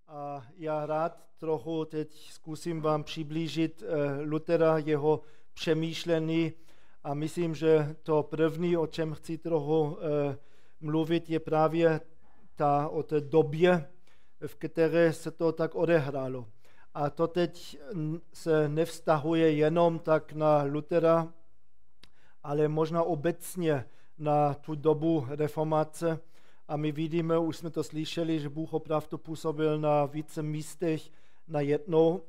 A já rád trochu teď zkusím vám přiblížit Luthera, jeho přemýšlení a myslím, že to první, o čem chci trochu mluvit, je právě o té době, v které se to tak odehrálo. A to teď se nevztahuje jenom tak na Luthera, ale možná obecně na tu dobu reformace. A my vidíme, už jsme to slyšeli, že Bůh opravdu působil na více místech najednou.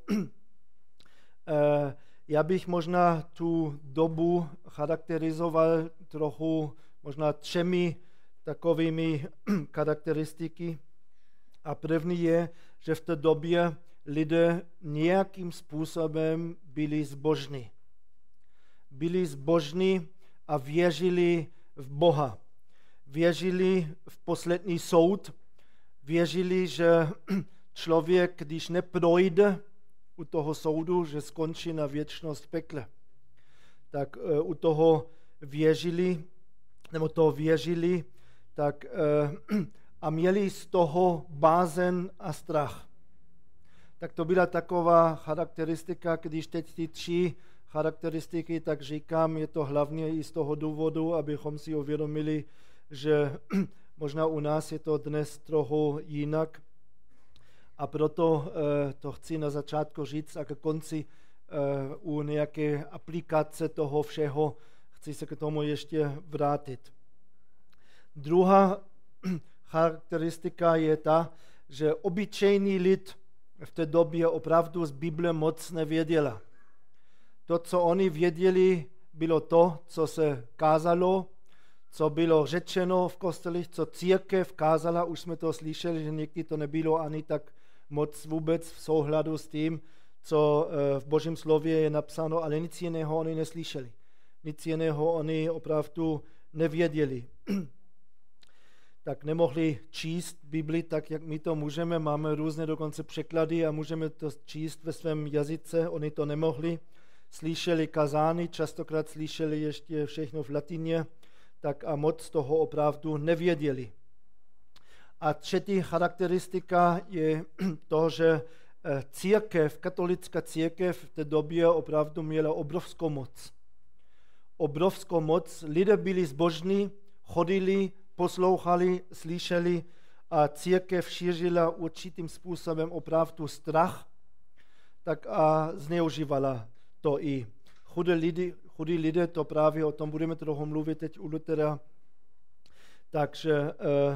Já bych možná tu dobu charakterizoval trochu možná 3 takovými charakteristiky. A první je, že v té době lidé nějakým způsobem byli zbožní. Byli zbožní a věřili v Boha. Věřili v poslední soud, věřili, že člověk, když neprojde u toho soudu, že skončí na věčnost v pekle. Tak u toho věřili, tak, a měli z toho bázen a strach. Tak to byla taková charakteristika, když teď ty 3 charakteristiky, tak říkám, je to hlavně i z toho důvodu, abychom si uvědomili, že možná u nás je to dnes trochu jinak a proto to chci na začátku říct a ke konci u nějaké aplikace toho všeho chci se k tomu ještě vrátit. Druhá charakteristika je ta, že obyčejný lid v té době opravdu z Bible moc nevěděla. To, co oni věděli, bylo to, co se kázalo, co bylo řečeno v kostelích, co církev kázala, už jsme to slyšeli, že někdy to nebylo ani tak moc vůbec v souhladu s tím, co v Božím slově je napsáno, ale nic jiného oni neslyšeli. Nic jiného oni opravdu nevěděli. Tak nemohli číst Bibli tak, jak my to můžeme. Máme různé dokonce překlady a můžeme to číst ve svém jazyce. Oni to nemohli. Slyšeli kazání, častokrát slyšeli ještě všechno v latině, tak a moc toho opravdu nevěděli. A 3. charakteristika je to, že církev, katolická církev v té době opravdu měla obrovskou moc. Obrovskou moc. Lidé byli zbožní, chodili, poslouchali, slyšeli a církev šířila určitým způsobem opravdu strach, tak a zneužívala to i chudí lidé, to právě o tom budeme trochu mluvit teď u Luthera, takže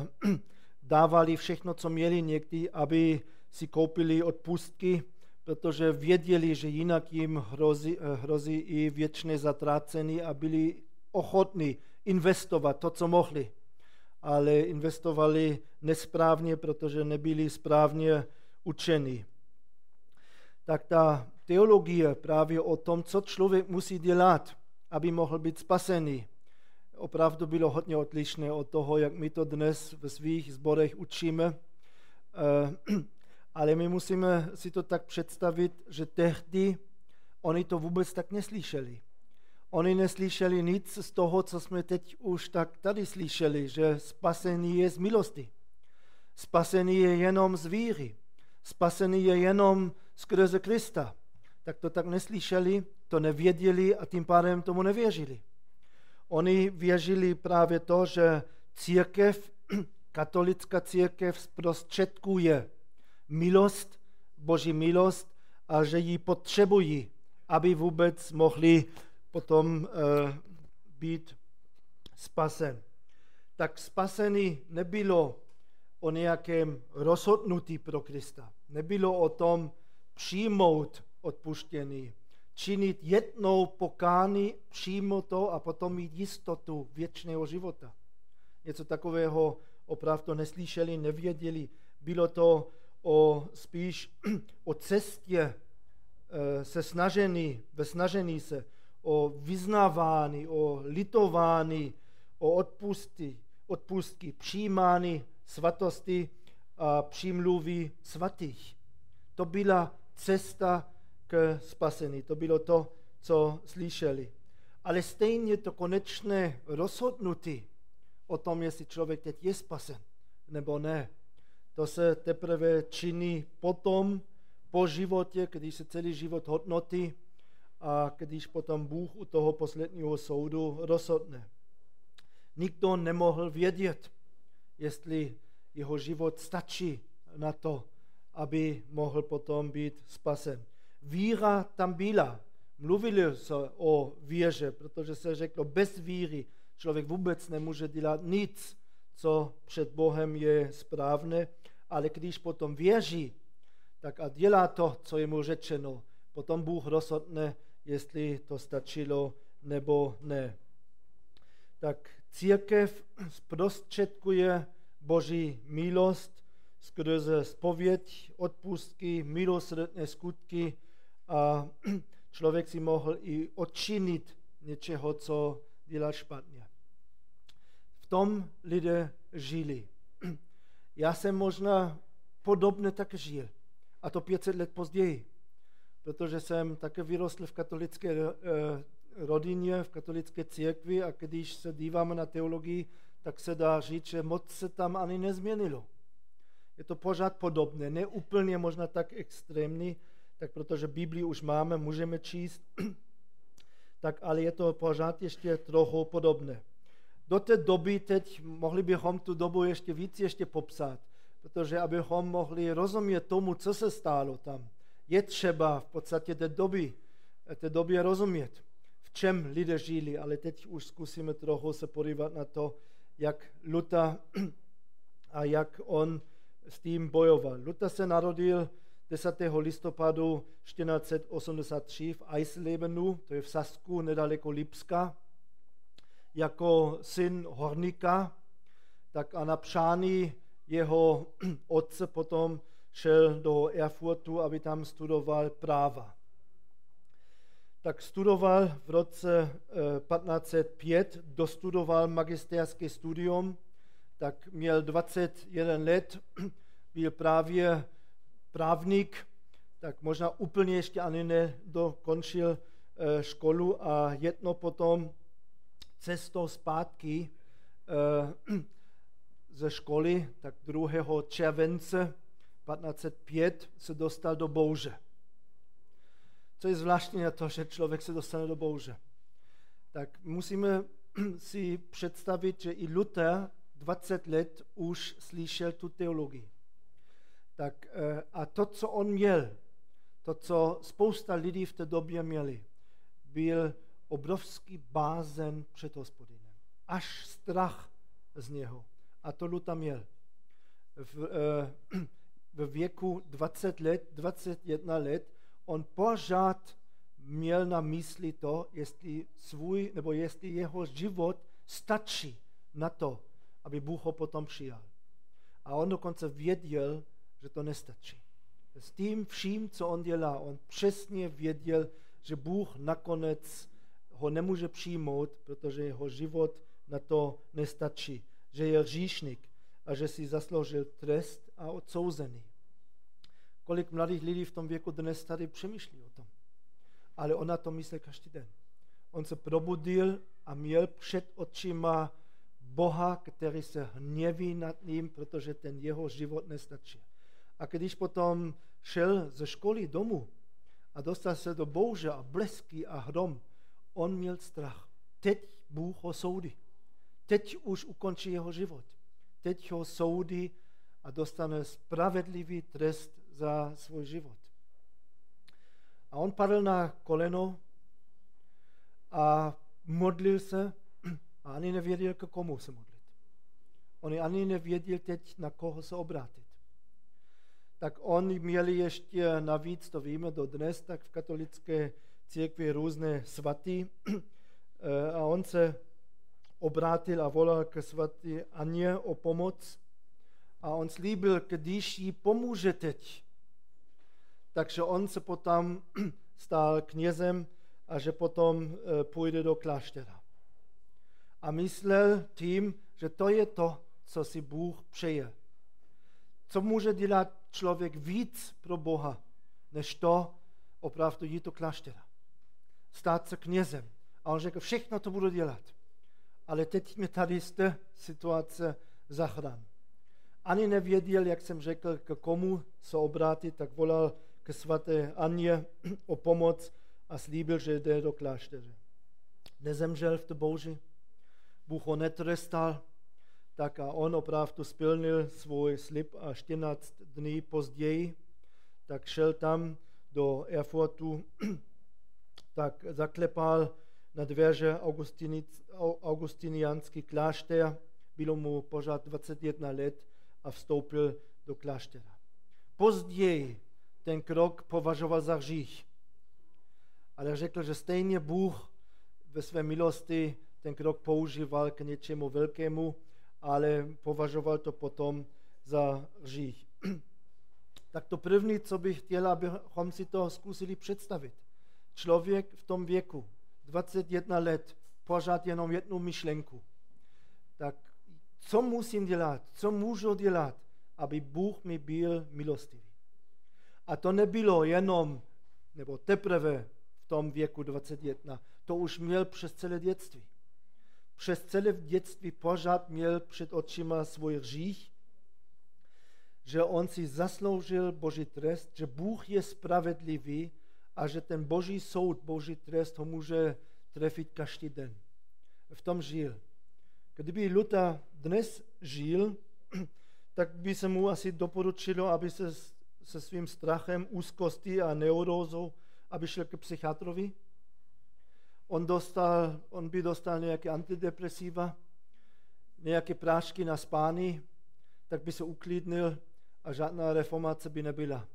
dávali všechno, co měli někdy, aby si koupili odpustky, protože věděli, že jinak jim hrozí i věčné zatrácení a byli ochotní investovat to, co mohli. Ale investovali nesprávně, protože nebyli správně učeni. Tak ta teologie právě o tom, co člověk musí dělat, aby mohl být spasený, opravdu bylo hodně odlišné od toho, jak my to dnes ve svých sborech učíme. Ale my musíme si to tak představit, že tehdy oni to vůbec tak neslyšeli. Oni neslyšeli nic z toho, co jsme teď už tak tady slyšeli, že spasení je z milosti. Spasení je jenom z víry. Spasení je jenom skrze Krista. Tak to tak neslyšeli, to nevěděli a tím pádem tomu nevěřili. Oni věřili právě to, že církev, katolická církev zprostředkuje milost, Boží milost a že ji potřebují, aby vůbec mohli potom být spasen. Tak spasení nebylo o nějakém rozhodnutí pro Krista. Nebylo o tom přijmout odpuštění, činit jednou pokání, přijmout to a potom mít jistotu věčného života. Něco takového opravdu neslyšeli, nevěděli. Bylo to spíš o cestě ve snažení se, o vyznávání, o litování, o odpustky, přijímání svatosti a přímluvy svatých. To byla cesta k spasení. To bylo to, co slyšeli. Ale stejně to konečné rozhodnutí o tom, jestli člověk teď je spasen nebo ne, To se teprve činí potom, po životě, když se celý život hodnotí a když potom Bůh u toho posledního soudu rozhodne. Nikdo nemohl vědět, jestli jeho život stačí na to, aby mohl potom být spasen. Víra tam byla. Mluvili se o víře, protože se řeklo, bez víry člověk vůbec nemůže dělat nic, co před Bohem je správné, ale když potom věří, tak a dělá to, co je mu řečeno, potom Bůh rozhodne, jestli to stačilo nebo ne. Tak církev zprostředkuje Boží milost skrze zpověď, odpustky, milosrdné skutky a člověk si mohl i odčinit něčeho, co dělal špatně. V tom lidé žili. Já jsem možná podobně tak žil. A to 500 let později. Protože jsem také vyrostl v katolické rodině, v katolické církvi a když se díváme na teologii, tak se dá říct, že moc se tam ani nezměnilo. Je to pořád podobné, ne úplně možná tak extrémní, tak protože Biblii už máme, můžeme číst, tak ale je to pořád ještě trochu podobné. Do té doby teď mohli bychom tu dobu ještě popsat, protože abychom mohli rozumět tomu, co se stalo tam, je třeba v podstatě té době rozumět, v čem lidé žili, ale teď už zkusíme trochu se podívat na to, jak Luther a jak on s tím bojoval. Luther se narodil 10. listopadu 1483 v Eislebenu, to je v Sasku, nedaleko Lipska, jako syn horníka, tak a na přání jeho otce potom šel do Erfurtu, aby tam studoval práva. Tak studoval v roce 1505, dostudoval magisterské studium, tak měl 21 let, byl právě právník, tak možná úplně ještě ani nedokončil školu a jedno potom cestou zpátky ze školy, tak 2. července 1505 se dostal do bouře. Co je zvláštní na to, že člověk se dostane do bouře. Tak musíme si představit, že i Luther 20 let už slyšel tu teologii. Tak, a to, co on měl, to, co spousta lidí v té době měli, byl obrovský bázen před Hospodinem. Až strach z něho. A to Luther měl. V věku 20 let, 21 let, on pořád měl na mysli to, jestli jeho život stačí na to, aby Bůh ho potom přijal. A on dokonce věděl, že to nestačí. S tím vším, co on dělá, on přesně věděl, že Bůh nakonec ho nemůže přijmout, protože jeho život na to nestačí. Že je hříšník a že si zasloužil trest a odsouzený. Kolik mladých lidí v tom věku dnes tady přemýšlí o tom. Ale on na to myslel každý den. On se probudil a měl před očima Boha, který se hněví nad ním, protože ten jeho život nestačí. A když potom šel ze školy domů a dostal se do bouře a blesky a hrom, on měl strach. Teď Bůh ho soudí. Teď už ukončí jeho život. Teď ho soudí a dostane spravedlivý trest za svůj život. A on padl na koleno a modlil se a ani nevěděl, k komu se modlit. On ani nevěděl teď, na koho se obrátit. Tak oni měli ještě navíc, to víme dodnes, tak v katolické církvi různé svatý a on se obrátil a volal ke svaté Aně o pomoc a on slíbil, když jí pomůže teď, takže on se potom stal knězem a že potom půjde do kláštera. A myslel tím, že to je to, co si Bůh přeje. Co může dělat člověk víc pro Boha, než to opravdu jít do kláštera. Stát se knězem. A on řekl, všechno to budu dělat. Ale teď mě tady z té situace zachrán. ani nevěděl, jak jsem řekl, k komu se obrátit, tak volal k svaté Anně o pomoc a slíbil, že jde do kláštera. Nezemřel v té bouři, Bůh ho netrestal, tak a on opravdu splnil svůj slib a 14 dní později, tak šel tam do Erfurtu, tak zaklepal na dveře augustiniánský klášter, bylo mu pořád 21 let a vstoupil do kláštera. Později ten krok považoval za hřích, ale řekl, že stejně Bůh ve své milosti ten krok používal k něčemu velkému, ale považoval to potom za hřích. Tak to první, co bych chtěl, abychom si to zkusili představit. Člověk v tom věku, 21 let, pořád jenom jednu myšlenku. Tak co musím dělat, co můžu dělat, aby Bůh mi byl milostivý? A to nebylo jenom, nebo teprve v tom věku 21, to už měl přes celé dětství. Přes celé dětství pořád měl před očima svůj hřích, že on si zasloužil Boží trest, že Bůh je spravedlivý a že ten Boží soud, Boží trest ho může trefit každý den. V tom žil. Kdyby Luther dnes žil, tak by se mu asi doporučilo, aby se svým strachem, úzkostí a neurózou, aby šel k psychiatrovi. On by dostal nějaké antidepresiva, nějaké prášky na spání, tak by se uklidnil a žádná reformace by nebyla.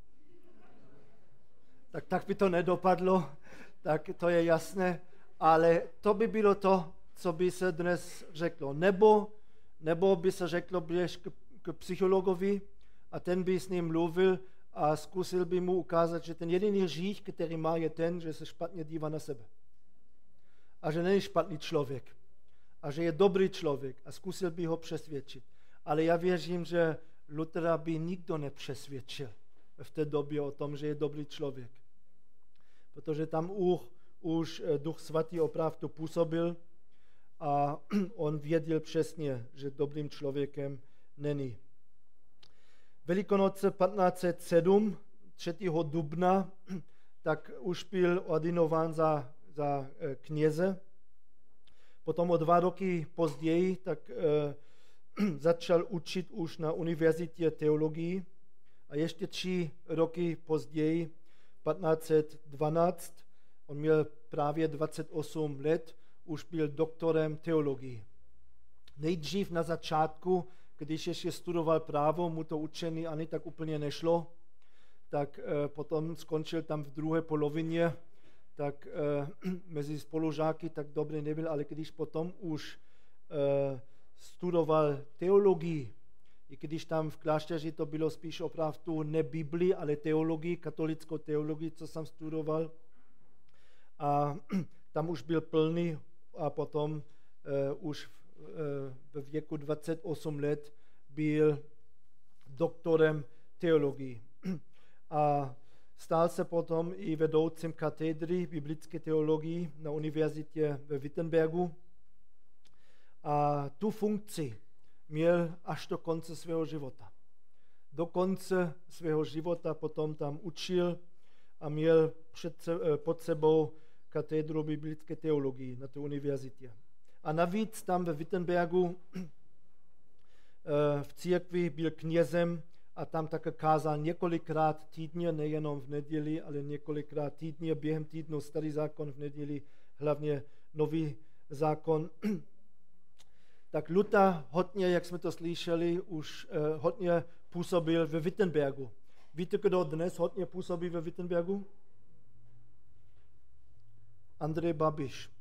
Tak by to nedopadlo, tak to je jasné, ale to by bylo to, co by se dnes řeklo. Nebo by se řeklo, běž k psychologovi a ten by s ním mluvil a zkusil by mu ukázat, že ten jediný hřích, který má, je ten, že se špatně dívá na sebe. A že není špatný člověk. A že je dobrý člověk. A zkusil by ho přesvědčit. Ale já věřím, že Luthera by nikdo nepřesvědčil v té době o tom, že je dobrý člověk. Protože tam už Duch Svatý opravdu působil a on věděl přesně, že dobrým člověkem není. Velikonoce 1507, 3. dubna, tak už byl ordinován za kněze. Potom o 2 roky později tak začal učit už na univerzitě teologii a ještě 3 roky později, 1512, on měl právě 28 let, už byl doktorem teologie. Nejdřív na začátku, když ještě studoval právo, mu to učení ani tak úplně nešlo, tak potom skončil tam v druhé polovině, tak mezi spolužáky tak dobrý nebyl, ale když potom už studoval teologii, i když tam v klášteři to bylo spíš opravdu ne Bibli, ale teologii, katolickou teologii, co jsem studoval. A tam už byl plný a potom už ve věku 28 let byl doktorem teologii. A stal se potom i vedoucím katedry biblické teologii na univerzitě ve Wittenbergu. A tu funkci měl až do konce svého života. Do konce svého života potom tam učil a měl pod sebou katedru biblické teologii na té univerzitě. A navíc tam ve Wittenbergu v církvi byl knězem a tam také kázal několikrát týdně, nejenom v neděli, ale několikrát týdně, během týdnu starý zákon, v neděli hlavně nový zákon. Tak Luther hodně, jak jsme to slyšeli, už hodně působil ve Wittenbergu. Víte, kdo dnes hodně působí ve Wittenbergu? Andrej Babiš.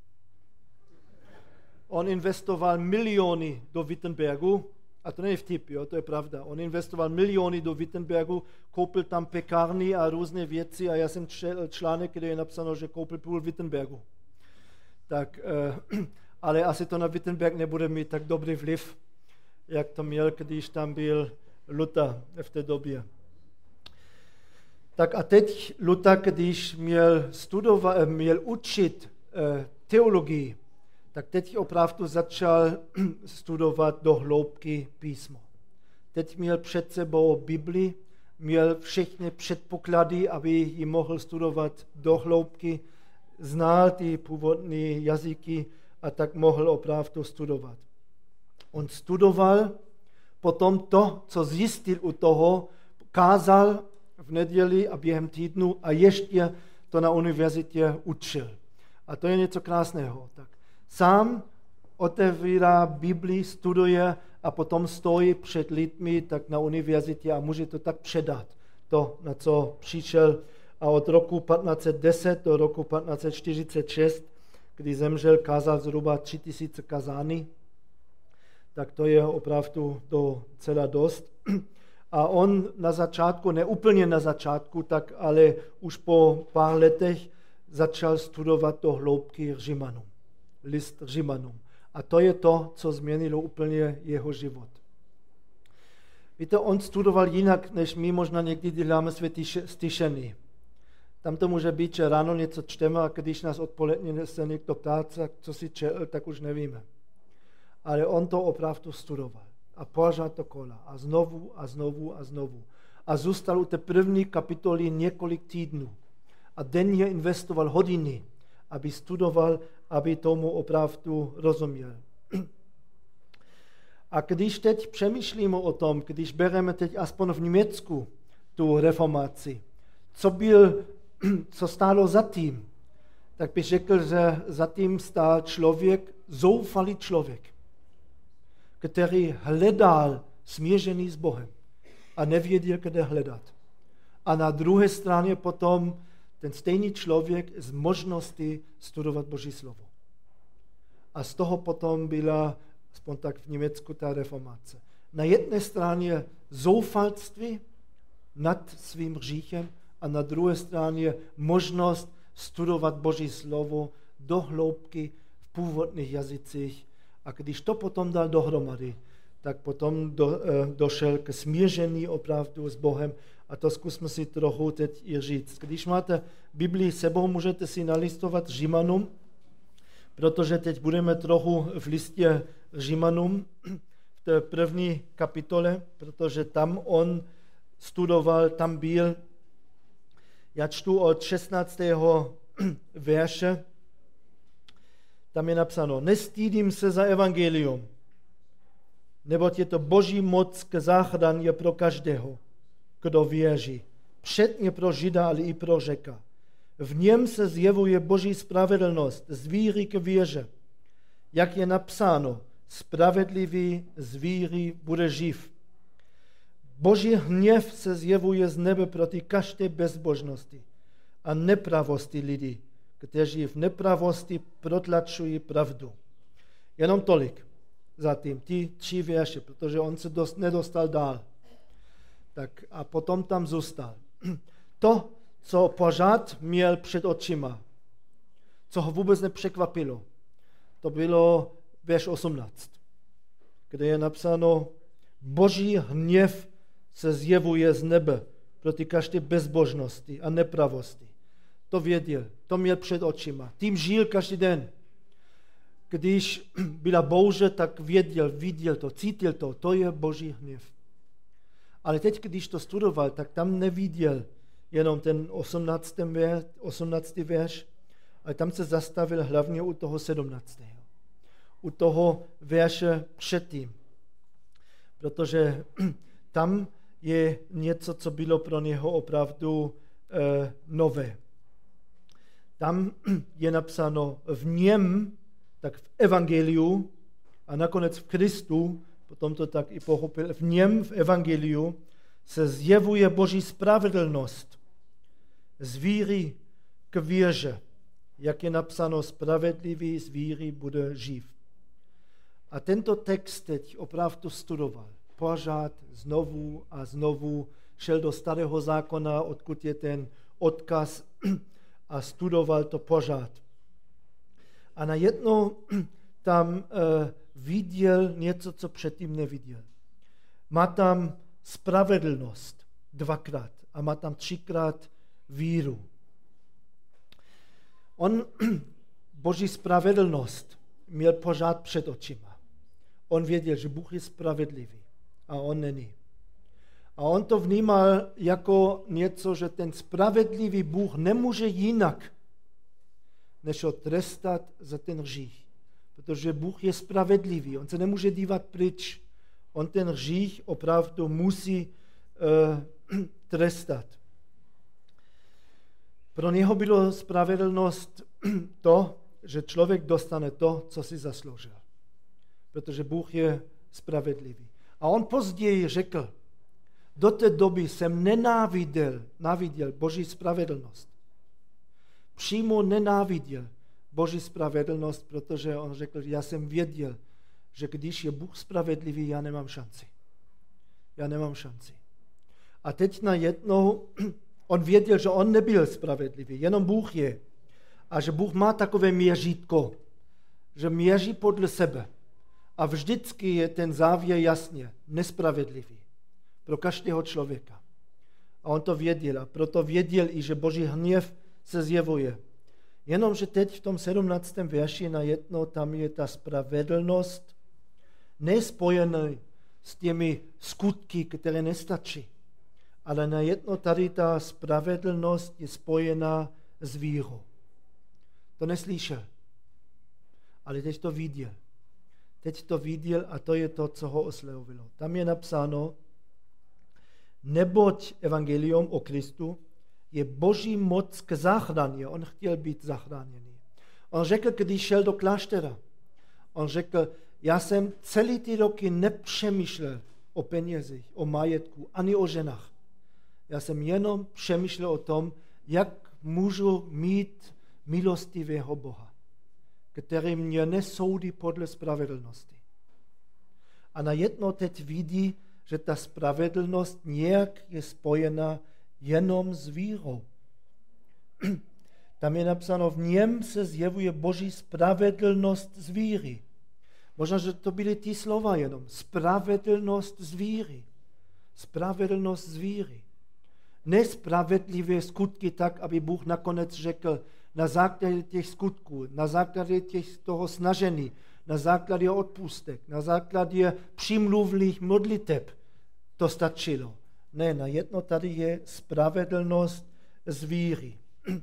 On investoval miliony do Wittenbergu, a to není vtip, jo, to je pravda. On investoval miliony do Wittenbergu, koupil tam pekárny a různé věci a já jsem četl článek, kde je napsáno, že koupil půl Wittenbergu. Tak, ale asi to na Wittenberg nebude mít tak dobrý vliv, jak to měl, když tam byl Luther v té době. Tak a teď Luther, když měl učit teologii, tak teď opravdu začal studovat do hloubky písmo. teď měl před sebou Bibli, měl všechny předpoklady, aby ji mohl studovat do hloubky, znal ty původní jazyky a tak mohl opravdu studovat. On studoval, potom to, co zjistil u toho, kázal v neděli a během týdnu a ještě to na univerzitě učil. A to je něco krásného. Tak sám otevírá Bibli, studuje a potom stojí před lidmi tak na univerzitě a může to tak předat, to, na co přišel. A od roku 1510 do roku 1546, kdy zemřel, kázal zhruba 3000 kazání, tak to je opravdu docela dost. A on na začátku, ne úplně na začátku, tak ale už po pár letech začal studovat do hloubky Římanům, list Římanům. A to je to, co změnilo úplně jeho život. Víte, on studoval jinak, než my možná někdy děláme své stišení. Tam to může být, že ráno něco čteme a když nás odpoledne se někdo ptá, co si četl, tak už nevíme. Ale on to opravdu studoval. A pořád to kola. A znovu a znovu a znovu. A zůstal u té první kapitoly několik týdnů. A denně investoval hodiny, aby studoval, aby tomu opravdu rozuměl. A když teď přemýšlíme o tom, když bereme teď aspoň v Německu tu reformaci, co stálo za tím, tak bych řekl, že za tím stál člověk, zoufalý člověk, který hledal smíření s Bohem a nevěděl, kde hledat. A na druhé straně potom ten stejný člověk z možnosti studovat Boží slovo. A z toho potom byla, aspoň tak v Německu, ta reformace. Na jedné straně zoufalství nad svým hříchem a na druhé straně možnost studovat Boží slovo do hloubky v původních jazycích. A když to potom dal dohromady, tak potom došel k smíření opravdu s Bohem. A to zkusme si trochu teď i říct. Když máte Biblii sebou, můžete si nalistovat Římanům, protože teď budeme trochu v listě Římanům, v té první kapitole, protože tam on studoval, tam byl. Já čtu od 16. verše, tam je napsáno: Nestýdím se za evangelium, neboť je to Boží moc k záchraně pro každého, kdo věří. Předně pro Žida, ale i pro Řeka. V něm se zjevuje Boží spravedlnost z víry k víře. Jak je napsáno, spravedlivý z víry bude živ. Boží hněv se zjevuje z nebe proti každé bezbožnosti a nepravosti lidí, kteří v nepravosti protlačují pravdu. Jenom tolik zatím, ty 3 verše, protože on se nedostal dál. Tak a potom tam zůstal. To, co pořád měl před očima, co ho vůbec nepřekvapilo, to bylo verš 18, kde je napsáno: Boží hněv se zjevuje z nebe proti každé bezbožnosti a nepravosti. To věděl, to měl před očima. Tím žil každý den. Když byla bouře, tak věděl, viděl to, cítil to, to je Boží hněv. Ale teď, když to studoval, tak tam neviděl jenom ten 18. verš, ale tam se zastavil hlavně u toho 17. U toho verše předtím. Protože tam je něco, co bylo pro něho opravdu nové. Tam je napsáno v něm, tak v evangeliu a nakonec v Kristu, potom to tak i pochopil, v něm, v evangeliu, se zjevuje Boží spravedlnost z víry k víře. Jak je napsáno, spravedlivý z víry bude živ. A tento text teď opravdu studoval. Pořád znovu a znovu šel do Starého zákona, odkud je ten odkaz, a studoval to pořád. A najednou tam viděl něco, co předtím neviděl. Má tam spravedlnost 2krát a má tam 3krát víru. On Boží spravedlnost měl pořád před očima. On věděl, že Bůh je spravedlivý a on není. A on to vnímal jako něco, že ten spravedlivý Bůh nemůže jinak, než ho trestat za ten hřích. Protože Bůh je spravedlivý, on se nemůže dívat pryč. On ten hřích opravdu musí trestat. Pro něho bylo spravedlnost to, že člověk dostane to, co si zasloužil. Protože Bůh je spravedlivý. A on později řekl, do té doby jsem nenáviděl Boží spravedlnost. Přímo nenáviděl Boží spravedlnost, protože on řekl, já jsem věděl, že když je Bůh spravedlivý, já nemám šanci. A teď najednou on věděl, že on nebyl spravedlivý, jenom Bůh je. A že Bůh má takové měřítko, že měří podle sebe. A vždycky je ten závěr jasně nespravedlivý pro každého člověka. A on to věděl a proto věděl i, že Boží hněv se zjevuje. Jenomže teď v tom 17. verši najednou tam je ta spravedlnost nespojená s těmi skutky, které nestačí. Ale najednou tady ta spravedlnost je spojená s vírou. To neslyšel, ale teď to viděl a to je to, co ho oslovilo. Tam je napsáno, neboť evangelium o Kristu je Boží moc k záchraně. On chtěl být zachráněný. On řekl, když šel do kláštera, on řekl, já jsem celý ty roky nepřemýšlel o penězích, o majetku, ani o ženách. Já jsem jenom přemýšlel o tom, jak můžu mít milostivého Boha, který mě nesoudí podle spravedlnosti. A najednou teď vidí, že ta spravedlnost nějak je spojena jenom s vírou. Tam je napsáno, v něm se zjevuje Boží spravedlnost z víry. Možná, že to byly ty slova jenom. Spravedlnost z víry. Spravedlnost z víry. Nespravedlivé skutky tak, aby Bůh nakonec řekl, na základě těch skutků, na základě toho snažení, na základě odpustek, na základě přímluvných modliteb to stačilo. Ne, najednou tady je spravedlnost z víry.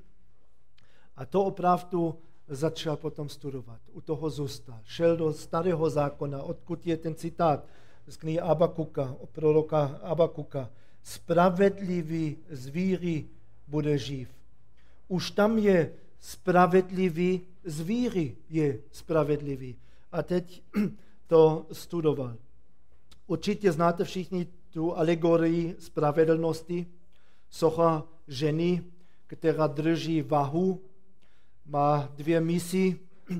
A to opravdu začal potom studovat. U toho zůstal. Šel do starého zákona, odkud je ten citát z knihy Abakuka, proroka Abakuka. Spravedlivý z víry bude živ. Už tam je spravedlivý z víry je spravedlivý. A teď to studoval. Určitě znáte všichni tu alegorii spravedlnosti. Socha ženy, která drží vahu, má 2 misy,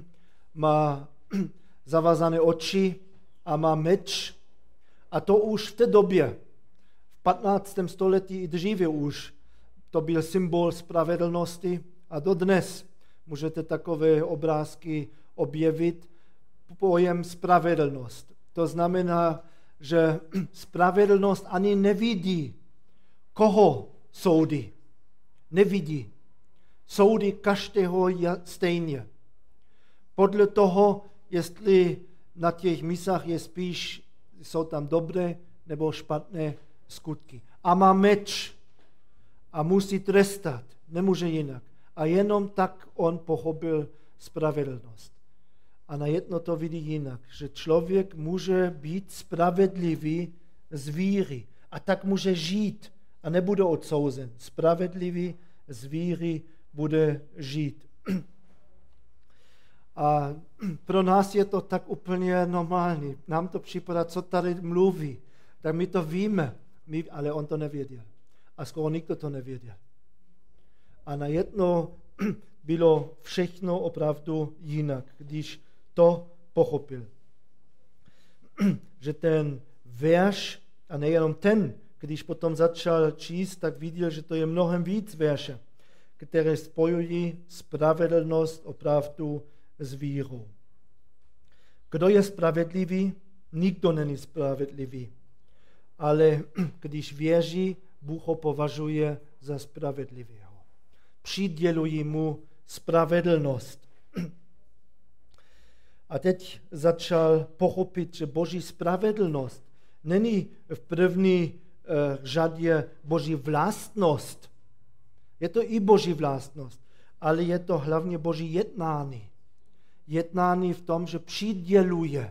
má zavazané oči a má meč. A to už v té době, v 15. století i dříve už, to byl symbol spravedlnosti a dodnes můžete takové obrázky objevit. Pojem spravedlnost. To znamená, že spravedlnost ani nevidí, koho soudí. Nevidí. Soudí každého stejně. Podle toho, jestli na těch misách je spíš, jsou tam dobré nebo špatné skutky. A má meč a musí trestat. Nemůže jinak. A jenom tak on pochopil spravedlnost. A najednou to vidí jinak, že člověk může být spravedlivý z víry a tak může žít a nebude odsouzen. Spravedlivý z víry bude žít. A pro nás je to tak úplně normální. Nám to připadá, co tady mluví. Tak my to víme, ale on to nevěděl. A skoro nikdo to nevěděl. A najednou bylo všechno opravdu jinak, když to pochopil. Že ten verš, a nejenom ten, když potom začal číst, tak viděl, že to je mnohem víc verše, které spojují spravedlnost opravdu s vírou. Kdo je spravedlivý? Nikdo není spravedlivý. Ale když věří, Bůh ho považuje za spravedlivého. Přidělují mu spravedlnost. A teď začal pochopit, že Boží spravedlnost není v první řadě Boží vlastnost. Je to i Boží vlastnost, ale je to hlavně Boží jednání. Jednání v tom, že přiděluje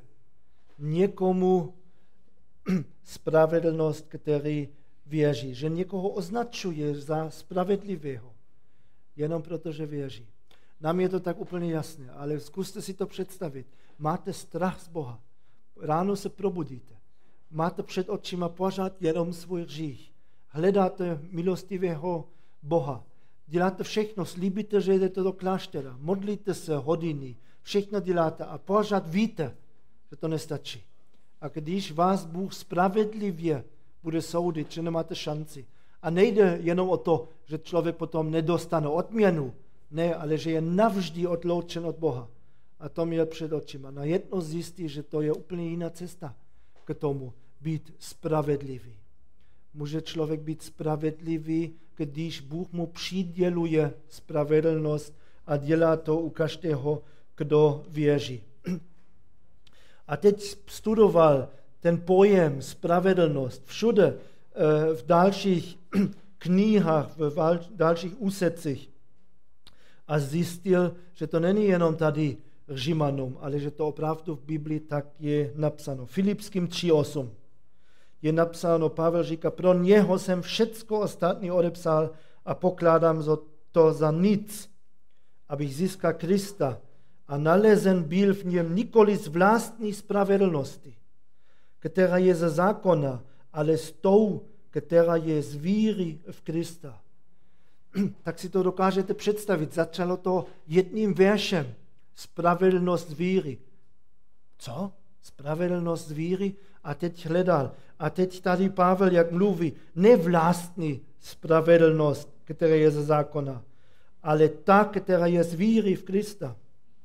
někomu spravedlnost, který věří. Že někoho označuje za spravedlivého, jenom proto, že věří. Nám je to tak úplně jasné, ale zkuste si to představit. Máte strach z Boha. Ráno se probudíte. Máte před očima pořád jenom svůj hřích. Hledáte milostivého Boha. Děláte všechno, slíbíte, že jdete do kláštera. Modlíte se hodiny. Všechno děláte a pořád víte, že to nestačí. A když vás Bůh spravedlivě bude soudit, že nemáte šanci. A nejde jenom o to, že člověk potom nedostane odměnu. Ne, ale že je navždy odloučen od Boha. A to měl před očima. Najednou zjistí, že to je úplně jiná cesta k tomu, být spravedlivý. Může člověk být spravedlivý, když Bůh mu přiděluje spravedlnost a dělá to u každého, kdo věří. A teď studoval ten pojem spravedlnost všude v dalších knihách, v dalších úsecích a zjistil, že to není jenom tady Římanům, ale že to opravdu v Biblii tak je napsáno. Filipským 3:8 je napsáno, Pavel říká, pro něho jsem všecko ostatní odepsal a pokládám to za nic, abych získal Krista a nalezen byl v něm nikoli z vlastní spravedlnosti, která je ze zákona, ale s tou, která je z víry v Krista. Tak si to dokážete představit. Začalo to jedním veršem. Spravedlnost víry. Co? Spravedlnost víry? A teď hledal. A teď tady Pavel, jak mluví, nevlastní spravedlnost, která je ze zákona, ale ta, která je z víry v Krista.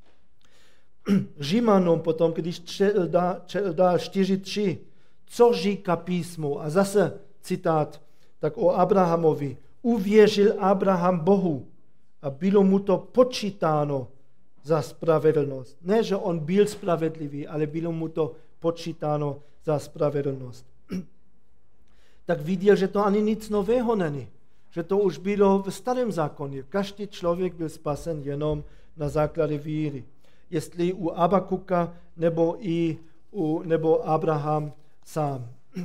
Římanům potom, když četl dál 4:3, co říká písmo? A zase citát, tak o Abrahamovi. Uvěřil Abraham Bohu a bylo mu to počítáno za spravedlnost. Ne, že on byl spravedlivý, ale bylo mu to počítáno za spravedlnost. Tak viděl, že to ani nic nového není. Že to už bylo v starém zákoně. Každý člověk byl spasen jenom na základě víry. Jestli u Abakuka nebo Abraham sám.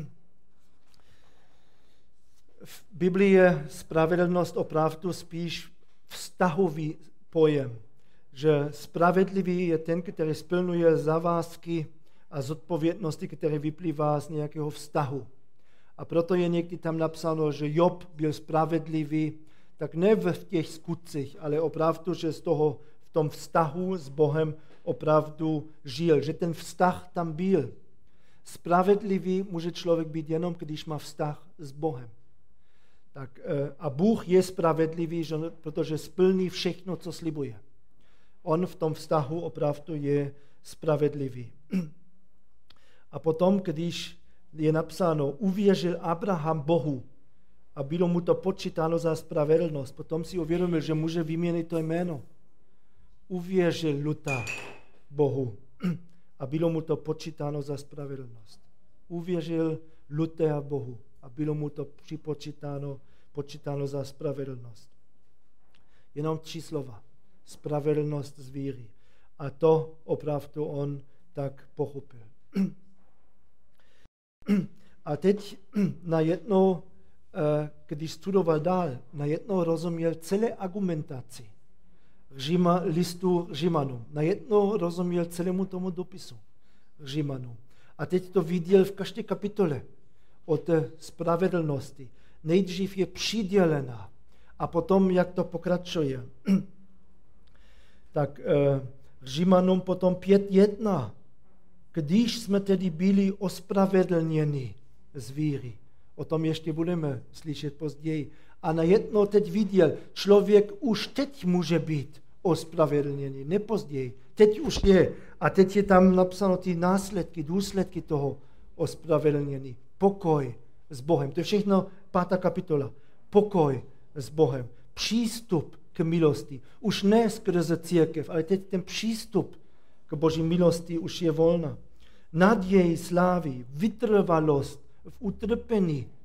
V Biblii je spravedlnost opravdu spíš vztahový pojem. Že spravedlivý je ten, který splňuje závazky a zodpovědnosti, které vyplývá z nějakého vztahu. A proto je někdy tam napsáno, že Job byl spravedlivý, tak ne v těch skutcích, ale opravdu, že v tom vztahu s Bohem opravdu žil, že ten vztah tam byl. Spravedlivý může člověk být jenom, když má vztah s Bohem. Tak, a Bůh je spravedlivý, protože splní všechno, co slibuje. On v tom vztahu opravdu je spravedlivý. A potom, když je napsáno, uvěřil Abraham Bohu a bylo mu to počítáno za spravedlnost, potom si uvědomil, že může vyměnit to jméno. Uvěřil Luta Bohu a bylo mu to počítáno za spravedlnost. Uvěřil Luta Bohu a bylo mu to počítáno za spravedlnost. Jenom 3 slova. Spravedlnost z víry. A to opravdu on tak pochopil. A teď najednou, když studoval dál, najednou rozuměl celé argumentaci listu Římanům. Najednou rozuměl celému tomu dopisu Římanům. A teď to viděl v každé kapitole o té spravedlnosti. Nejdřív je přidělená a potom, jak to pokračuje. Tak Římanům potom 5:1. Když jsme tedy byli ospravedlněni z víry. O tom ještě budeme slyšet později. A najednou teď viděl, člověk už teď může být ospravedlněný, ne později. Teď už je. A teď je tam napsáno ty následky, důsledky toho ospravedlnění. Pokoj s Bohem. To je všechno 5. kapitola. Pokoj s Bohem. Přístup k milosti. Už ne skrze církev, ale teď ten přístup k Boží milosti už je volná. Naděj slávy, vytrvalost v utrpení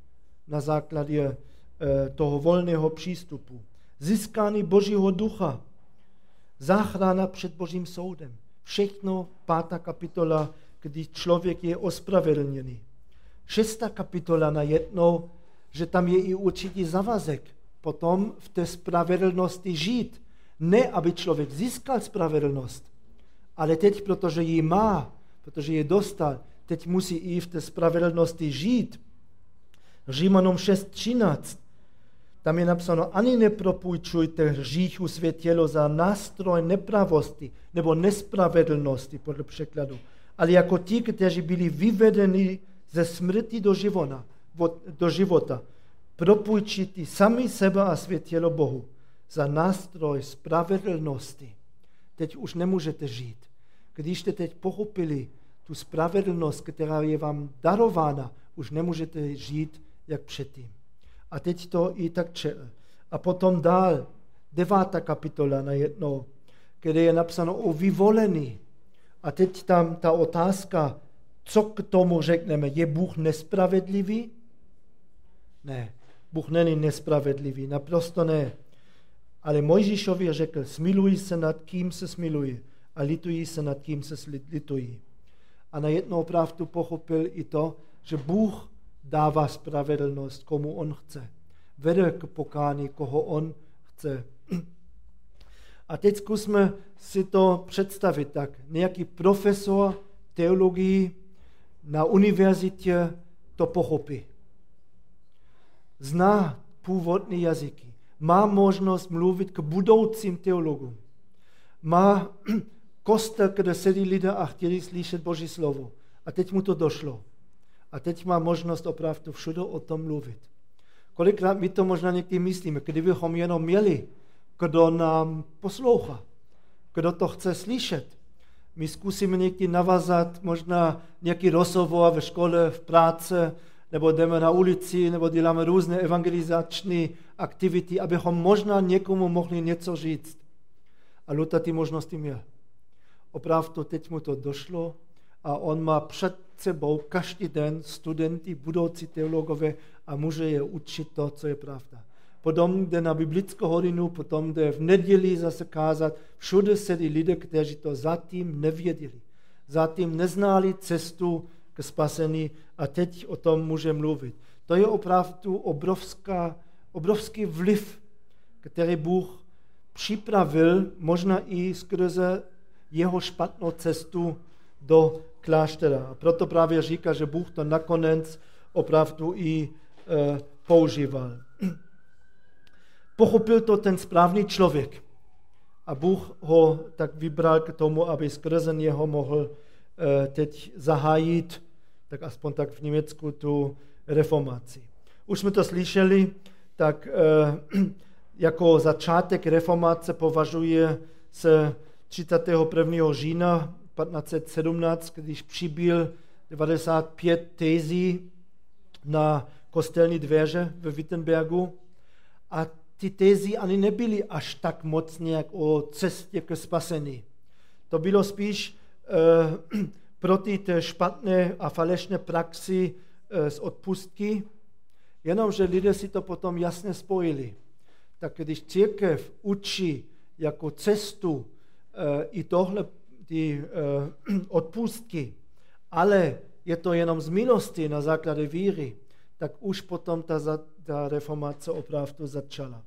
na základě toho volného přístupu. Získání Božího ducha, záchrana před Božím soudem. Všechno 5. kapitola, kdy člověk je ospravedlněný. 6. kapitola najednou, že tam je i určitý závazek potom v té spravedlnosti žít. Ne, aby člověk získal spravedlnost, ale teď, protože ji má, protože ji dostal, teď musí i v té spravedlnosti žít. Římanům 6:13. Tam je napsáno, ani nepropůjčujte hříchu své tělo za nástroj nepravosti nebo nespravedlnosti, podle překladu, ale jako ti, kteří byli vyvedeni ze smrti do života, propůjčíte sami sebe a své tělo Bohu za nástroj spravedlnosti. Teď už nemůžete žít. Když jste teď pochopili tu spravedlnost, která je vám darována, už nemůžete žít jak předtím. A teď to i tak četl. A potom dál, 9. kapitola najednou, kde je napsáno o vyvolení. A teď tam ta otázka, co k tomu řekneme, je Bůh nespravedlivý? Ne, Bůh není nespravedlivý, naprosto ne. Ale Mojžíšovi řekl, smiluj se nad kým se smiluje a lituj se nad kým se litují. A najednou opravdu pochopil i to, že Bůh dává spravedlnost, komu on chce. Vede k pokání, koho on chce. A teď zkusme si to představit tak. Nějaký profesor teologii na univerzitě to pochopí. Zná původní jazyky. Má možnost mluvit k budoucím teologům. Má kostel, kde sedí lidé a chtěli slyšet Boží slovo. A teď mu to došlo. A teď má možnost opravdu všude o tom mluvit. Kolikrát my to možná někdy myslíme, kdybychom jenom měli, kdo nám poslouchá, kdo to chce slyšet. My zkusíme někdy navazat možná nějaký rozhovor ve škole, v práci, nebo jdeme na ulici, nebo děláme různé evangelizační aktivity, abychom možná někomu mohli něco říct. A Luther ty možnosti měl. Opravdu teď mu to došlo a on má před sebou každý den studenty, budoucí teologové a může je učit to, co je pravda. Potom jde na biblickou hodinu, potom jde v neděli zase kázat. Všude sedí lidé, kteří to zatím nevěděli. Zatím neznali cestu k spasení a teď o tom může mluvit. To je opravdu obrovský vliv, který Bůh připravil, možná i skrze jeho špatnou cestu do kláštera. A proto právě říká, že Bůh to nakonec opravdu i používal. Pochopil to ten správný člověk a Bůh ho tak vybral k tomu, aby skrze něho mohl teď zahájit, tak aspoň tak v Německu, tu reformaci. Už jsme to slyšeli, tak jako začátek reformace považuje se 31. října 1517, když přibyl 95 tezí na kostelní dveře ve Wittenbergu. A ty tezi ani nebyly až tak moc nějak o cestě ke spasení. To bylo spíš proti té špatné a falešné praxi z odpustky, jenomže lidé si to potom jasně spojili. Tak když církev učí jako cestu i tohle ty odpustky, ale je to jenom z milosti na základě víry, tak už potom ta reformace opravdu začala.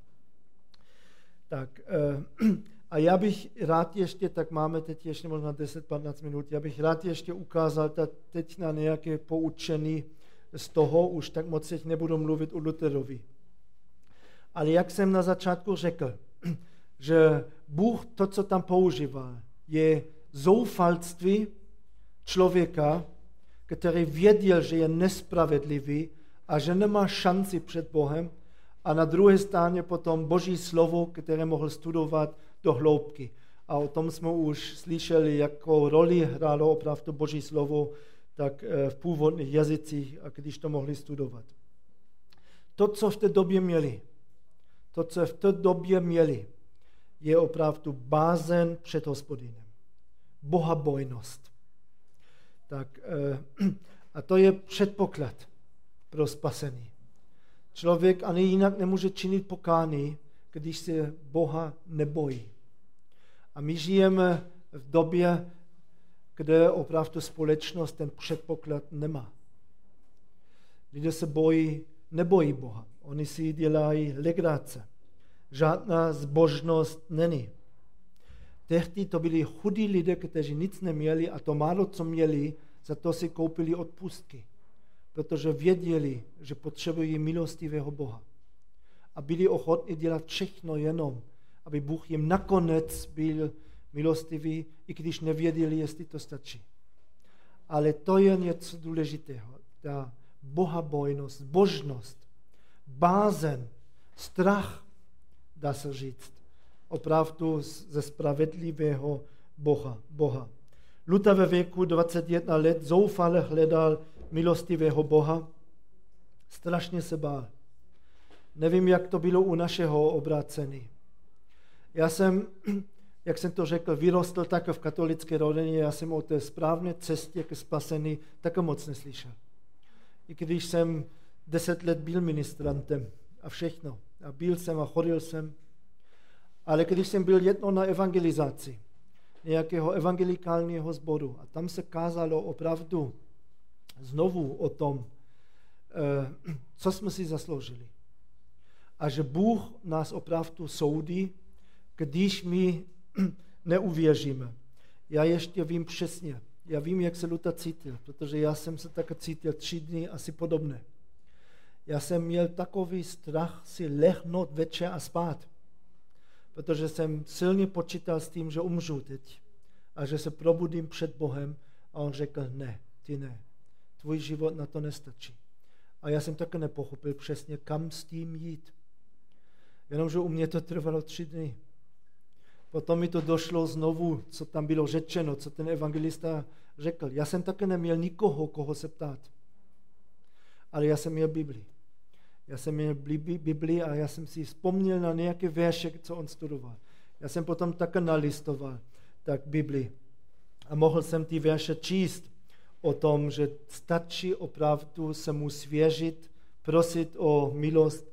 Tak, a já bych rád ještě, tak máme teď ještě možná 10-15 minut, já bych rád ještě ukázal teď na nějaké poučení z toho, už tak moc teď nebudu mluvit o Lutherovi. Ale jak jsem na začátku řekl, že Bůh to, co tam používal, je zoufalství člověka, který věděl, že je nespravedlivý a že nemá šanci před Bohem, a na druhé straně potom Boží slovo, které mohl studovat do hloubky. A o tom jsme už slyšeli, jakou roli hrálo opravdu Boží slovo tak v původních jazycích, a když to mohli studovat. To, co v té době měli, je opravdu bázeň před Hospodinem. Bohabojnost. Tak, a to je předpoklad pro spasení. Člověk ani jinak nemůže činit pokání, když se Boha nebojí. A my žijeme v době, kde opravdu společnost ten předpoklad nemá. Lidé se nebojí Boha. Oni si dělají legrace. Žádná zbožnost není. Tehdy to byli chudí lidé, kteří nic neměli a to málo, co měli, za to si koupili odpustky. Protože věděli, že potřebují milostivého Boha. A byli ochotní dělat všechno jenom, aby Bůh jim nakonec byl milostivý, i když nevěděli, jestli to stačí. Ale to je něco důležitého. Ta bohabojnost, božnost, bázeň, strach, dá se říct, opravdu ze spravedlivého Boha. Luther ve věku 21 let zoufale hledal milostivého Boha, strašně se bál. Nevím, jak to bylo u našeho obrácení. Já jsem, jak jsem to řekl, vyrostl tak v katolické rodině, já jsem o té správné cestě ke spasení také moc neslyšel. I když jsem 10 let byl ministrantem a všechno. A byl jsem a chodil jsem. Ale když jsem byl jednou na evangelizaci nějakého evangelikálního sboru a tam se kázalo opravdu znovu o tom, co jsme si zasloužili. A že Bůh nás opravdu soudí, když my neuvěříme. Já ještě vím přesně. Já vím, jak se Luther cítil, protože já jsem se také cítil 3 dny asi podobné. Já jsem měl takový strach si lehnout večer a spát, protože jsem silně počítal s tím, že umřu teď a že se probudím před Bohem a on řekl, ne, ty ne, tvůj život na to nestačí. A já jsem také nepochopil přesně, kam s tím jít. Jenomže u mě to trvalo 3 dny. Potom mi to došlo znovu, co tam bylo řečeno, co ten evangelista řekl. Já jsem také neměl nikoho, koho se ptát. Ale já jsem měl Bibli. Já jsem měl Bibli a já jsem si vzpomněl na nějaké verše, co on studoval. Já jsem potom také nalistoval tak Bibli. A mohl jsem ty verše číst o tom, že stačí opravdu se mu svěřit, prosit o milost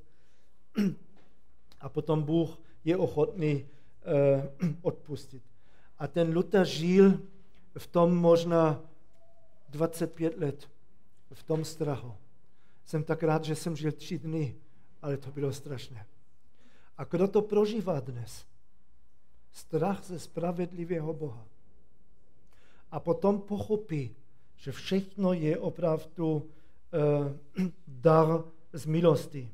a potom Bůh je ochotný odpustit. A ten Luther žil v tom možná 25 let, v tom strachu. Jsem tak rád, že jsem žil 3 dny, ale to bylo strašné. A kdo to prožívá dnes? Strach ze spravedlivého Boha. A potom pochopí, že všechno je opravdu dar z milosti.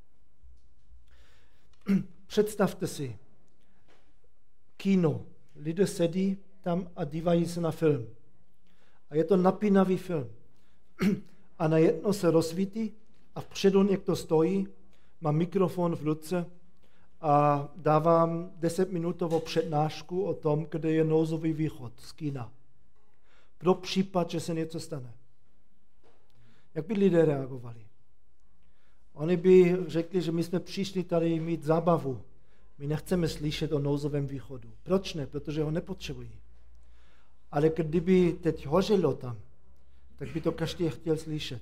Představte si, kino. Lidé sedí tam a dívají se na film. A je to napínavý film. A najednou se rozsvítí a vpředu někdo stojí, má mikrofon v ruce a dávám 10minutovou přednášku o tom, kde je nouzový východ z kina. Pro případ, že se něco stane. Jak by lidé reagovali? Oni by řekli, že my jsme přišli tady mít zábavu. My nechceme slyšet o nouzovém východu. Proč ne? Protože ho nepotřebují. Ale kdyby teď hořelo tam, tak by to každý chtěl slyšet.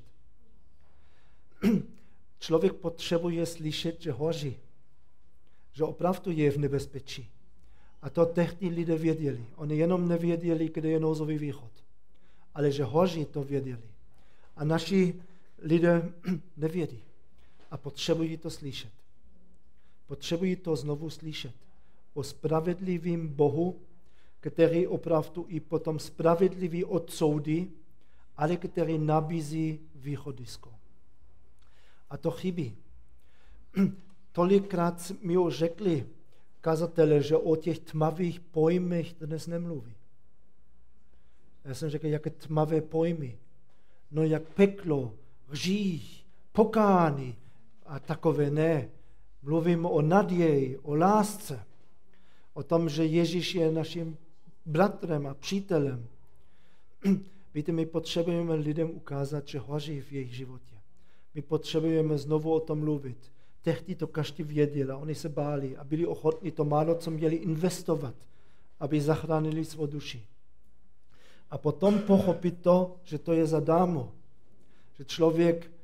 Člověk potřebuje slyšet, že hoří. Že opravdu je v nebezpečí. A to tehdy lidé věděli. Oni jenom nevěděli, kde je nouzový východ. Ale že hoří, to věděli. A naši lidé nevědí. A potřebují to slyšet. Potřebují to znovu slyšet. O spravedlivém Bohu, který opravdu i potom spravedlivý odsoudí, ale který nabízí východisko. A to chybí. Tolikrát mi už řekli kazatele, že o těch tmavých pojmech dnes nemluví. Já jsem řekl, jaké tmavé pojmy. No jak peklo, hřích, pokání a takové ne. Mluvím o naději, o lásce, o tom, že Ježíš je naším bratrem a přítelem. Víte, my potřebujeme lidem ukázat, že hoří v jejich životě. My potřebujeme znovu o tom mluvit. Tehdy to každý věděl a oni se báli a byli ochotní to málo, co měli investovat, aby zachránili svou duši. A potom pochopit to, že to je zadarmo. Že člověk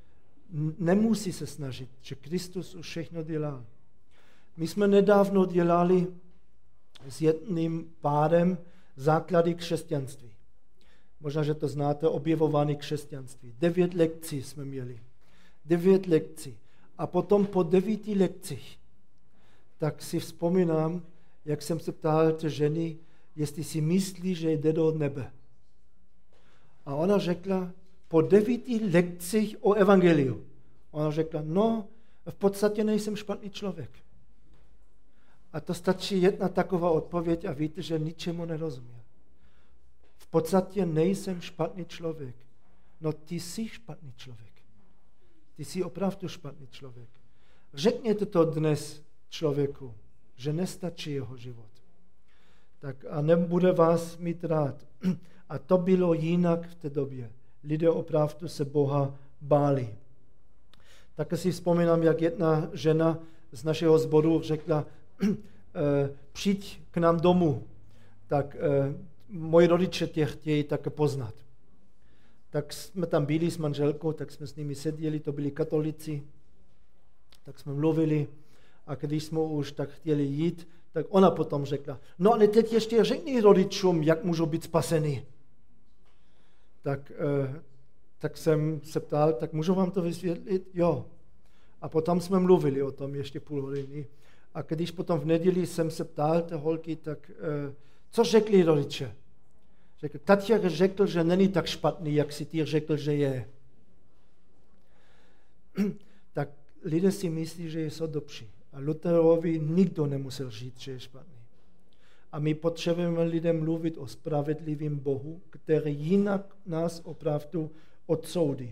nemusí se snažit, že Kristus už všechno dělal. My jsme nedávno dělali s jedným pádem základy křesťanství. Možná, že to znáte, objevování křesťanství. 9 lekcí jsme měli. 9 lekcí. A potom po 9 lekcích, tak si vzpomínám, jak jsem se ptal té ženy, jestli si myslí, že jde do nebe. A ona řekla, po 9 lekcích o evangeliu. Ona řekla, no, v podstatě nejsem špatný člověk. A to stačí jedna taková odpověď a víte, že ničemu nerozumí. V podstatě nejsem špatný člověk. No ty jsi špatný člověk. Ty jsi opravdu špatný člověk. Řekněte to dnes člověku, že nestačí jeho život. Tak a nebude vás mít rád. A to bylo jinak v té době. Lidé opravdu se Boha báli. Také si vzpomínám, jak jedna žena z našeho sboru řekla, přijď k nám domů, tak moji rodiče tě chtějí také poznat. Tak jsme tam byli s manželkou, tak jsme s nimi seděli, to byli katolíci, tak jsme mluvili a když jsme už tak chtěli jít, tak ona potom řekla, no ale teď ještě řekni rodičům, jak můžou být spaseni. Tak jsem se ptal, tak můžu vám to vysvětlit? Jo. A potom jsme mluvili o tom ještě půl hodiny. A když potom v neděli jsem se ptal té holky, tak co řekli rodiče? Řekl, Tatě řekl, že není tak špatný, jak si ty řekl, že je. Tak lidé si myslí, že jsou dobří. A Lutherovi nikdo nemusel říct, že je špatný. A my potřebujeme lidem mluvit o spravedlivém Bohu, který jinak nás opravdu odsoudí.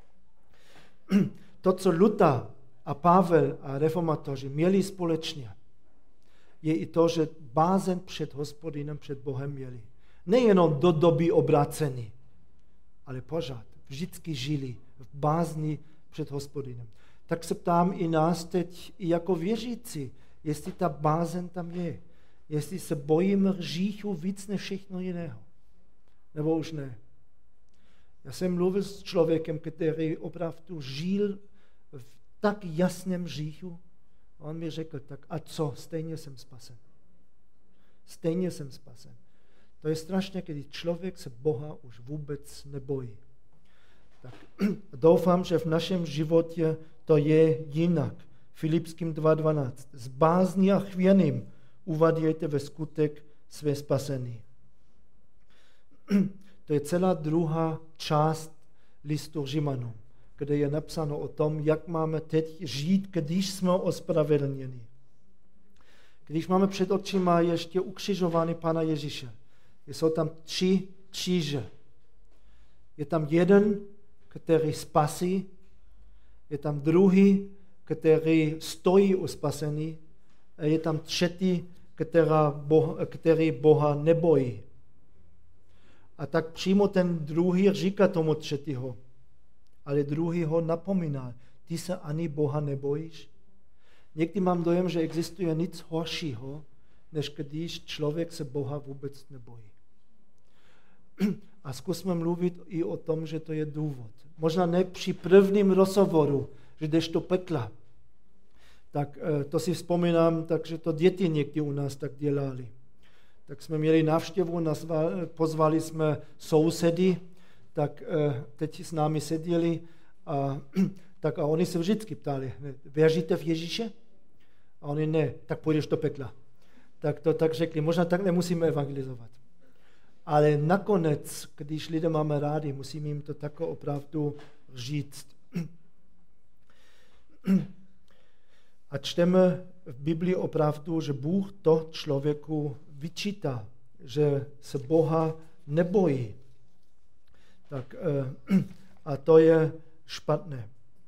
To, co Luther a Pavel a reformatoři měli společně, je i to, že bázeň před Hospodinem, před Bohem měli. Nejenom do doby obrácení, ale pořád, vždycky žili v bázni před Hospodinem. Tak se ptám i nás teď, i jako věřící, jestli ta bázeň tam je. Jestli se bojíme hříchu víc než všechno jiného. Nebo už ne. Já jsem mluvil s člověkem, který opravdu žil v tak jasném hříchu. A on mi řekl, tak a co, stejně jsem spasen. Stejně jsem spasen. To je strašně, když člověk se Boha už vůbec nebojí. Tak doufám, že v našem životě to je jinak. Filipským 2.12. S bázní a chvěným uvadějte ve skutek své spasení. To je celá druhá část listu Římanům, kde je napsáno o tom, jak máme teď žít, když jsme ospravedlněni. Když máme před očima ještě ukřižování Pana Ježíše, jsou tam 3 kříže. Je tam jeden, který spasí, je tam druhý, který stojí u spasení, a je tam třetí, který Boha nebojí. A tak přímo ten druhý říká tomu třetího, ale druhý ho napomíná. Ty se ani Boha nebojíš? Někdy mám dojem, že existuje nic horšího, než když člověk se Boha vůbec nebojí. A zkusme mluvit i o tom, že to je důvod. Možná ne při prvním rozhovoru, že jdeš do pekla. Tak to si vzpomínám, takže to děti někdy u nás tak dělali. Tak jsme měli návštěvu, pozvali jsme sousedy, tak teď s námi seděli a oni se vždycky ptali, věříte v Ježíše? A oni ne, tak půjdeš do pekla. Tak to tak řekli, možná tak nemusíme evangelizovat. Ale nakonec, když lidé máme rádi, musíme jim to tak opravdu říct. A čteme v Biblii opravdu, že Bůh to člověku vyčítá, že se Boha nebojí. Tak, a to je špatné.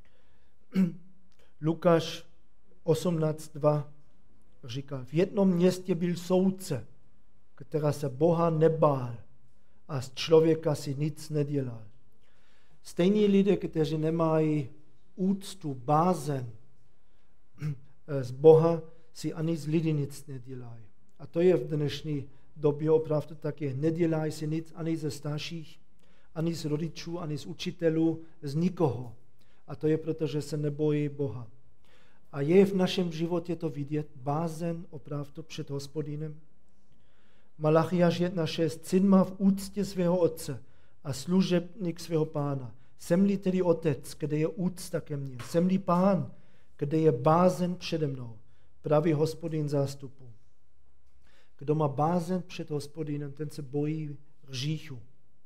Lukáš 18.2 říká, v jednom městě byl soudce, která se Boha nebál a z člověka si nic nedělal. Stejní lidé, kteří nemají úctu, bázeň z Boha, si ani z lidí nic nedělají. A to je v dnešní době opravdu taky. Nedělají si nic ani ze starších, ani z rodičů, ani z učitelů, z nikoho. A to je proto, že se nebojí Boha. A je v našem životě to vidět, bázen opravdu před Hospodinem. Malachiáš 1.6. Syn má v úctě svého otce a služebník svého pána. Jsem-li tedy otec, kde je úcta ke mně. Jsem-li pán, kde je bázen přede mnou. Pravý Hospodin zástupu. Kdo má bázen před Hospodinem, ten se bojí hříchu.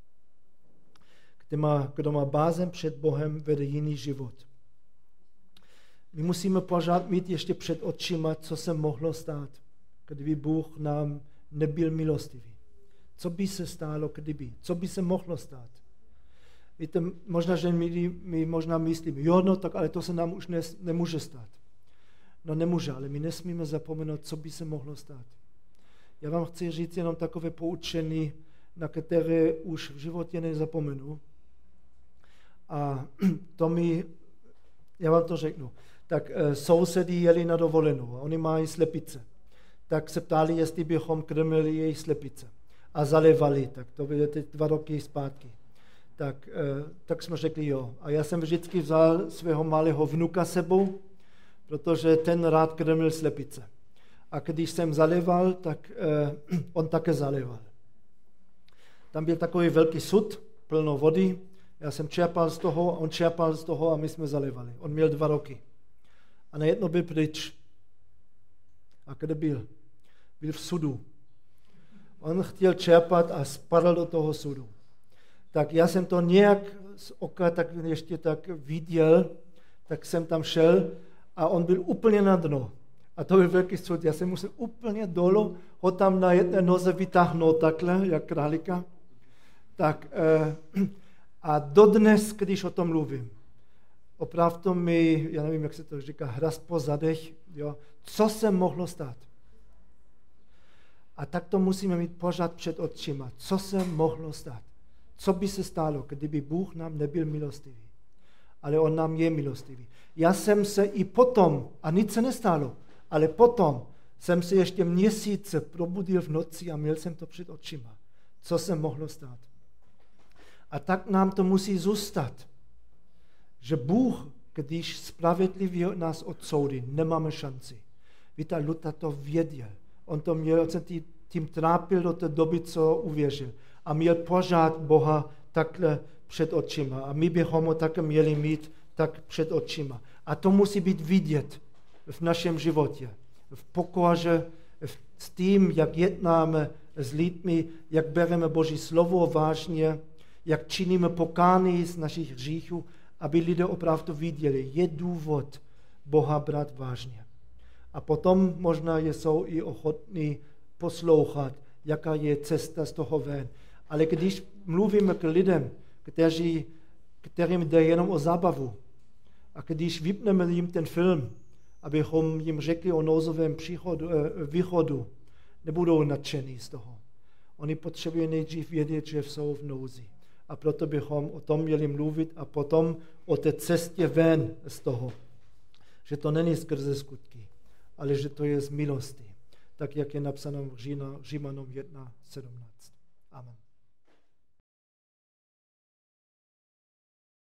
Kdo má bázen před Bohem, vede jiný život. My musíme pořád mít ještě před očima, co se mohlo stát, kdyby Bůh nám nebyl milostivý. Co by se stalo, kdyby? Co by se mohlo stát? Víte, možná, že my možná myslíme, jo, no, tak ale to se nám už nemůže stát. No nemůže, ale my nesmíme zapomenout, co by se mohlo stát. Já vám chci říct jenom takové poučení, na které už v životě nezapomenu. A já vám to řeknu. Tak sousedi jeli na dovolenou a oni mají slepice. Tak se ptali, jestli bychom krmili jejich slepice. A zalevali, tak to bylo teď 2 roky zpátky. Tak jsme řekli jo. A já jsem vždycky vzal svého malého vnuka sebou, protože ten rád krmil slepice. A když jsem zaleval, tak on také zaleval. Tam byl takový velký sud, plno vody. Já jsem čerpal z toho, on čerpal z toho a my jsme zalevali. On měl 2 roky. A najednou byl pryč. A kde byl? Byl v sudu. On chtěl čerpat a spadl do toho sudu. Tak já jsem to nějak z oka tak ještě tak viděl, tak jsem tam šel a on byl úplně na dno. A to byl velký sud. Já jsem musel úplně dolů ho tam na jedné noze vytáhnout takhle, jak králíka. A dodnes, když o tom mluvím, opravdu mi, já nevím, jak se to říká, hrast po zadech, jo, co se mohlo stát. A tak to musíme mít pořád před očima. Co se mohlo stát? Co by se stalo, kdyby Bůh nám nebyl milostivý? Ale on nám je milostivý. Já jsem se i potom, a nic se nestalo, ale potom jsem se ještě měsíce probudil v noci a měl jsem to před očima. Co se mohlo stát? A tak nám to musí zůstat, že Bůh, když spravedlivě nás odsoudí, nemáme šanci. Víte, Luther to věděl. On to měl, on se tím trápil do té doby, co uvěřil. A měl pořád Boha takhle před očima. A my bychom ho také měli mít tak před očima. A to musí být vidět v našem životě. V pokoře, s tím, jak jednáme s lidmi, jak bereme Boží slovo vážně, jak činíme pokání z našich hříchů, aby lidé opravdu viděli, je důvod Boha brát vážně. A potom možná jsou i ochotní poslouchat, jaká je cesta z toho ven. Ale když mluvíme k lidem, kterým jde jenom o zábavu, a když vypneme jim ten film, abychom jim řekli o nouzovém východu, nebudou nadšení z toho. Oni potřebují nejdřív vědět, že jsou v nouzi. A proto bychom o tom měli mluvit a potom o té cestě ven z toho. Že to není skrze skutky, ale že to je z milosti. Tak, jak je napsáno v Římanům 1.17. Amen.